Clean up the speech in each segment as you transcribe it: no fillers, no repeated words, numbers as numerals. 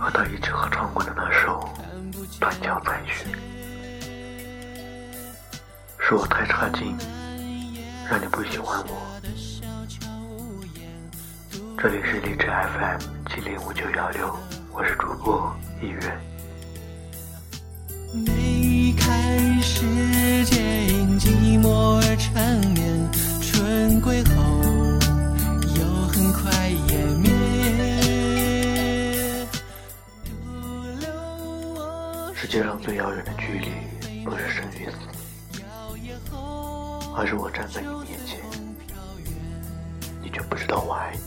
和他一起合唱过的那首《断桥残雪》。是我太差劲，让你不喜欢我。这里是荔枝 FM705916，我是主播一月。 梅开时节因寂寞而缠绵，春归后又很快湮灭。 世界上最遥远的距离，不是生与死，而是我站在你面前，你却不知道我爱你。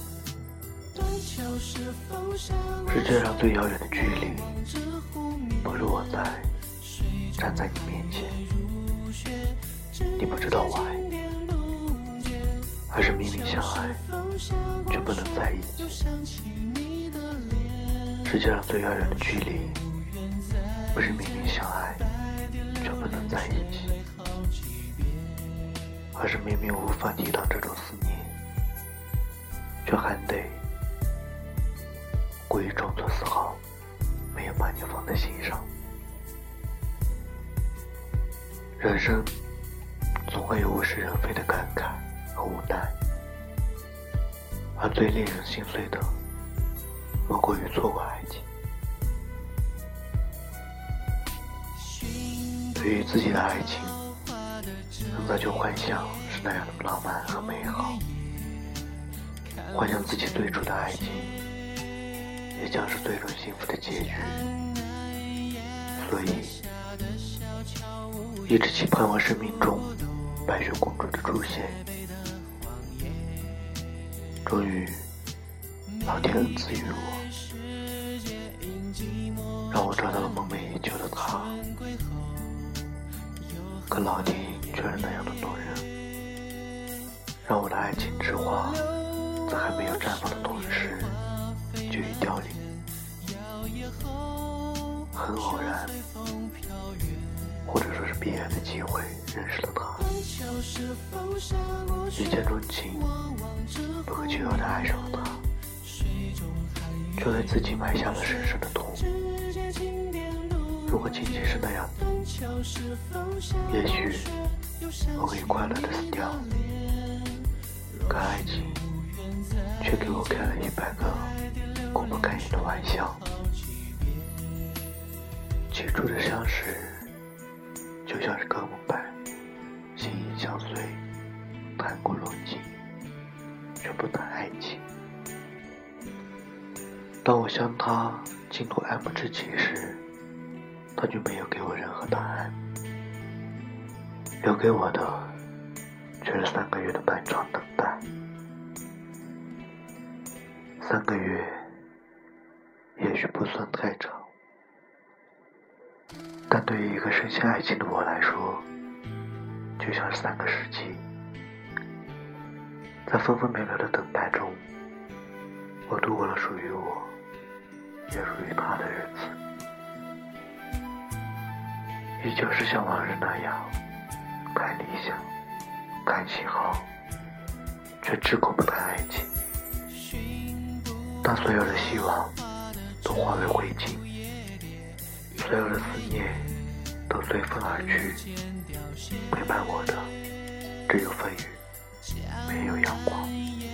世界上最遥远的距离，不是我站在你面前，你不知道我爱你，而是明明相爱却不能在一起。世界上最遥远的距离，不是明明相爱却不能在一起，而是明明无法抵挡这种思念，却还得故意装作丝毫没有把你放在心上。人生总会有物是人非的感慨和无奈，而最令人心碎的莫过于错过爱情。对于自己的爱情，很早就幻想是那样的浪漫和美好，幻想自己最初的爱情也将是最终幸福的结局，所以一直期盼望生命中白雪公主的出现。终于老天恩赐于我，让我找到了梦寐以求的她，可老天却是那样的动人，让我的爱情之花在还没有绽放的同时就已凋零。很偶然，或者说是必然的机会认识了他，一见钟情，不可救药地爱上了他，却为自己埋下了深深的痛。如果仅仅是那样，也许我可以快乐地死掉，可爱情却给我开了100个苦不堪言的玩笑。起初的相识就像是歌梦般心影相随，谈古论今，却不谈爱情。当我向他倾吐爱慕之情时，他就没有给我任何答案，留给我的却是3个月的漫长等待。3个月也许不算太长，但对于一个深陷爱情的我来说，就像是3个世纪。在分分秒秒的等待中，我度过了属于我也属于他的日子，依旧是像往日那样看理想看喜好，却只口不谈爱情。当所有的希望都化为灰烬，所有的思念都随风而去，陪伴我的只有风雨，没有阳光，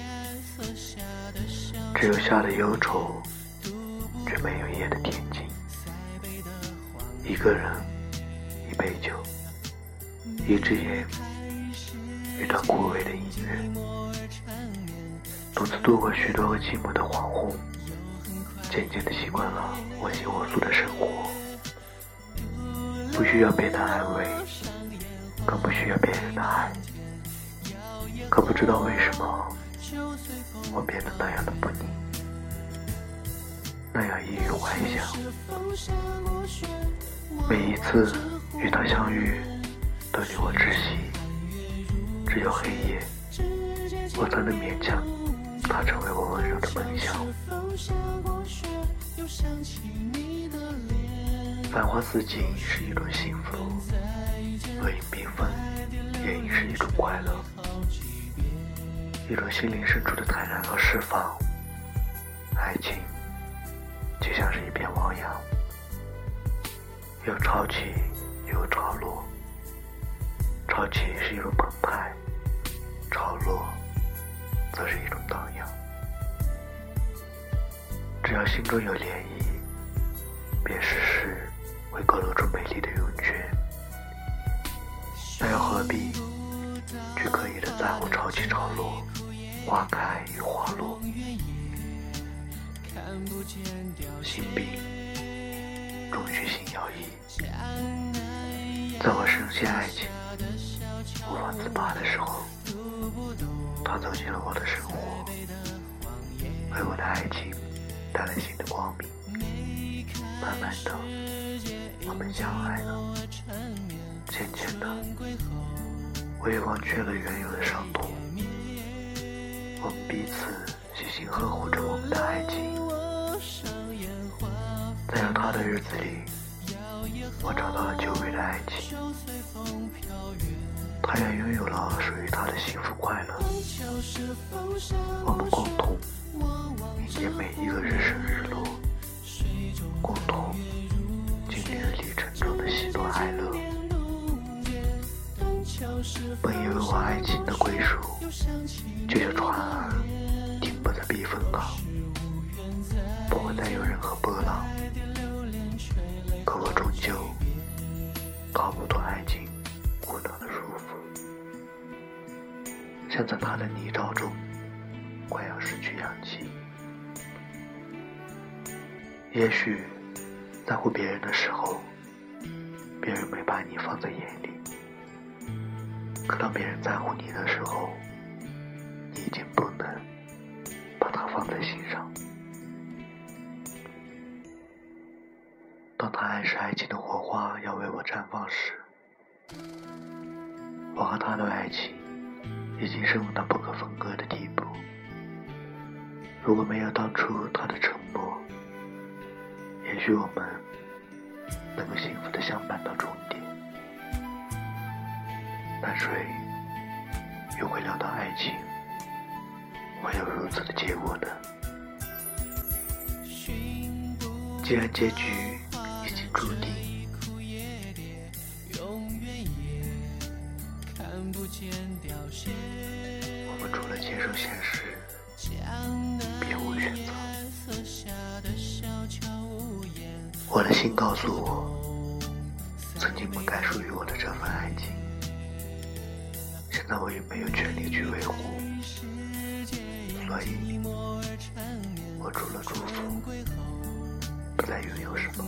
只有夏的忧愁，却没有夜的恬静。一个人，一杯酒，一支烟，一段枯萎的音乐，独自度过许多个寂寞的黄昏，渐渐地习惯了我行我素的生活，不需要别人的安慰，更不需要别人的爱。可不知道为什么，我变得那样的不宁，那样易于幻想。每一次与他相遇，都令我窒息。只有黑夜，我才能勉强他成为我温柔的梦想。繁花似锦是一种幸福，落英缤纷也应是一种快乐，一种心灵深处的坦然和释放。爱情就像是一片汪洋，有潮起也有潮落，潮起是一种澎湃，潮落则是一种荡漾。只要心中有涟漪，便时时会勾勒出美丽的涌泉。那又何必去刻意的在乎潮起潮落，花开与花落？心病终须心摇曳。在我深陷爱情无法自拔的时候，他走进了我的生活，为我的爱情带来新的光明。慢慢的，我们相爱了，渐渐的，我也忘却了原有的伤痛。我们彼此细心呵护着我们的爱情。在有他的日子里，我找到了久违的爱情，他也拥有了属于他的幸福快乐。我们共同迎接每一个日升日落，共同经历了历程中的喜怒哀乐。本以为我爱情的归属就像船儿停泊在避风港，不会再有任何波浪，可我终究逃不脱爱情无能的束缚，像在他的泥沼中快要失去氧气。也许在乎别人的时候，别人没把你放在眼里，可当别人在乎你的时候，你已经不能把他放在心上。当他暗示爱情的火花要为我绽放时，我和他的爱情已经深入到不可分割的地步。如果没有当初他的沉默，也许我们能够幸福地相伴到终点。但谁又会料到爱情会有如此的结果呢？既然结局已经注定，我们除了接受现实，别无选择。我的心告诉我，曾经本该属于我的这份爱情，现在我也没有权利去维护，所以我除了祝福，不再拥有什么。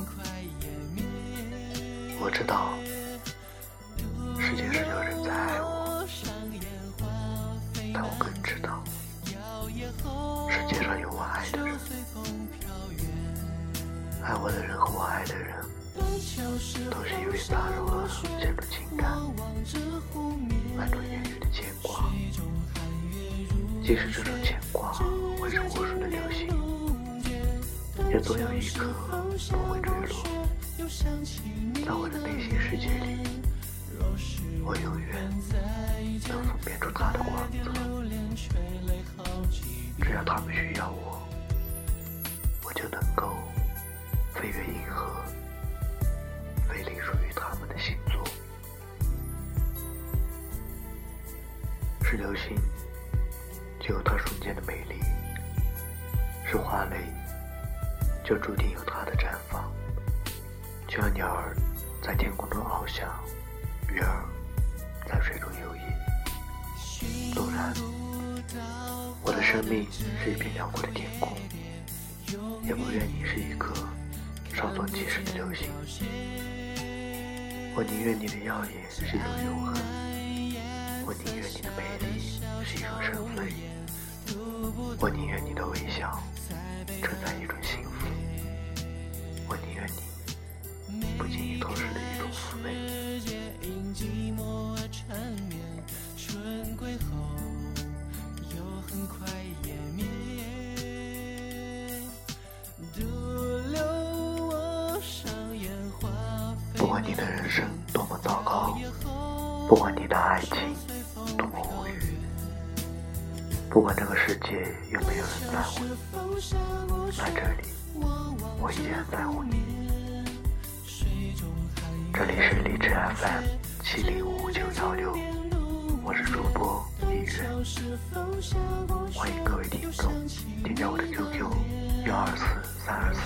我知道世界上有人在爱我，但我更知道世界上有我爱的人，爱我的人和我爱的人都是因为杂糅了这种情感，那种言语的牵挂。即使这种牵挂会是无数的流星，也总有一颗不会坠落。在我的内心世界里，我永远能分辨出它的光泽。只要他们需要我，我就能够飞越银河，飞临属于他们的星座。是流星，就有它瞬间的美丽；是花蕾，就注定有它的绽放。就像鸟儿在天空中翱翔，鱼儿在水中游弋。纵然我的生命是一片辽阔的天空，也不愿你是一颗稍纵即逝的流星。我宁愿你的耀眼是一种永恒，我宁愿你的美丽是一种生飞，我宁愿你的微笑承载一种幸福，我宁愿你不经意透视的一种妩媚。不管你的人生多么糟糕，不管你的爱情多么无语，不管这个世界有没有人在乎，在这里我依然在乎你。这里是荔枝 FM 705916，我是主播一人，欢迎各位听众添加我的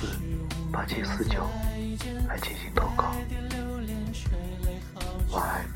QQ124-324-8749来进行投稿。晚安。